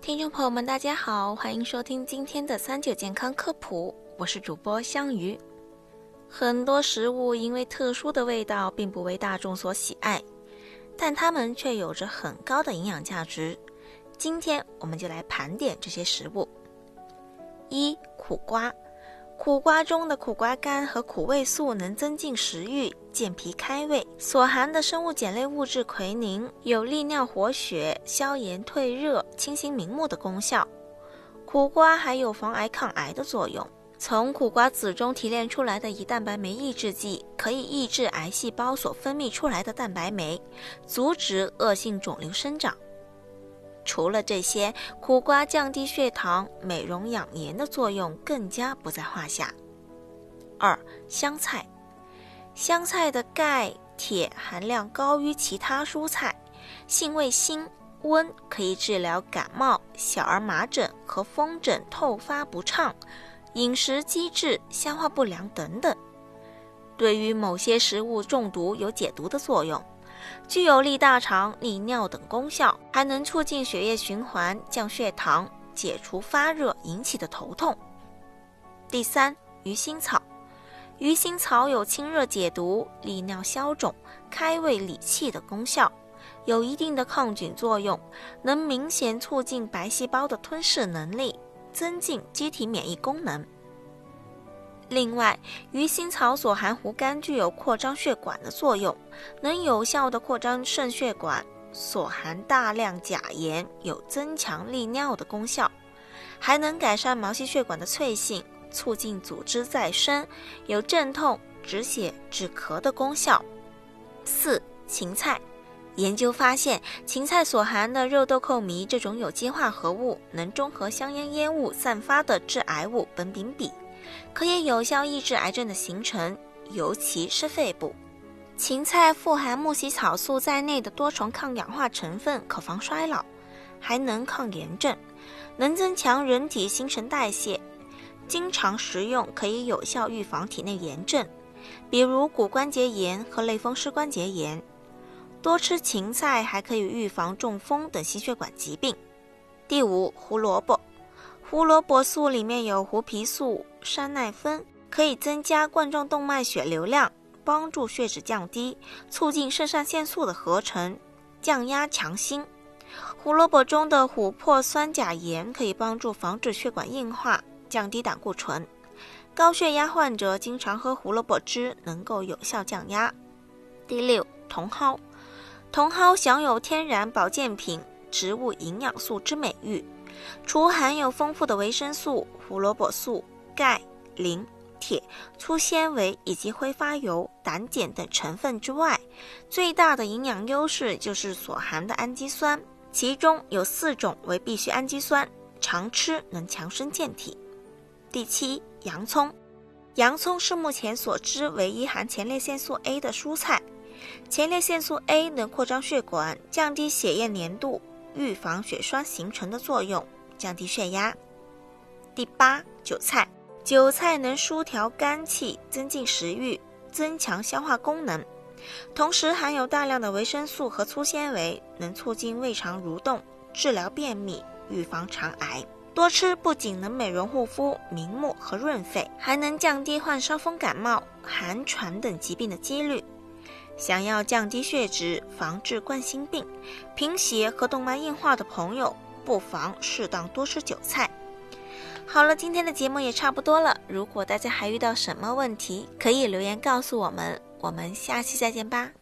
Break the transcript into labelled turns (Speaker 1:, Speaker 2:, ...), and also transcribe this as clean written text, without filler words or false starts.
Speaker 1: 听众朋友们大家好，欢迎收听今天的39健康科普，我是主播香鱼。很多食物因为特殊的味道并不为大众所喜爱，但它们却有着很高的营养价值。今天我们就来盘点这些食物。1. 苦瓜。苦瓜中的苦瓜苷和苦味素能增进食欲、健脾开胃，所含的生物碱类物质奎宁有利尿活血、消炎退热、清新明目的功效。苦瓜还有防癌抗癌的作用。从苦瓜籽中提炼出来的胰蛋白酶抑制剂可以抑制癌细胞所分泌出来的蛋白酶，阻止恶性肿瘤生长。除了这些，苦瓜降低血糖、美容养颜的作用更加不在话下。2. 香菜。香菜的钙、铁含量高于其他蔬菜，性味辛温，可以治疗感冒、小儿麻疹和风疹、透发不畅、饮食积滞、消化不良等等。对于某些食物中毒有解毒的作用，具有利大肠、利尿等功效，还能促进血液循环、降血糖、解除发热引起的头痛。第3，鱼腥草。鱼腥草有清热解毒、利尿消肿、开胃理气的功效，有一定的抗菌作用，能明显促进白细胞的吞噬能力，增进机体免疫功能。另外，鱼腥草所含糊苷具有扩张血管的作用，能有效地扩张肾血管，所含大量钾盐有增强利尿的功效，还能改善毛细血管的脆性，促进组织再生，有镇痛、止血、止咳的功效。4. 芹菜。研究发现，芹菜所含的肉豆蔻醚这种有机化合物能中和香烟烟雾散发的致癌物苯丙芘，可以有效抑制癌症的形成，尤其是肺部。芹菜富含木洗草素在内的多重抗氧化成分，可防衰老，还能抗炎症，能增强人体新陈代谢。经常食用可以有效预防体内炎症，比如骨关节炎和类风湿关节炎。多吃芹菜还可以预防中风等心血管疾病。第5，胡萝卜。胡萝卜素里面有胡皮素、山奈酚，可以增加冠状动脉血流量，帮助血脂降低，促进肾上腺素的合成，降压强心。胡萝卜中的琥珀酸钾盐可以帮助防止血管硬化，降低胆固醇。高血压患者经常喝胡萝卜汁，能够有效降压。第6，茼蒿。茼蒿享有天然保健品、植物营养素之美誉，除含有丰富的维生素、胡萝卜素、钙、磷、铁、粗纤维以及挥发油、胆碱等成分之外，最大的营养优势就是所含的氨基酸，其中有4种为必需氨基酸，常吃能强身健体。第7，洋葱。洋葱是目前所知唯一含前列腺素 A 的蔬菜。前列腺素 A 能扩张血管，降低血液粘度，预防血栓形成的作用，降低血压。第8，韭菜。韭菜能舒调肝气，增进食欲，增强消化功能，同时含有大量的维生素和粗纤维，能促进胃肠蠕动，治疗便秘，预防肠癌。多吃不仅能美容护肤、明目和润肺，还能降低患伤风感冒、寒喘等疾病的几率。想要降低血脂、防治冠心病、贫血和动脉硬化的朋友，不妨适当多吃韭菜。好了，今天的节目也差不多了，如果大家还遇到什么问题，可以留言告诉我们，我们下期再见吧。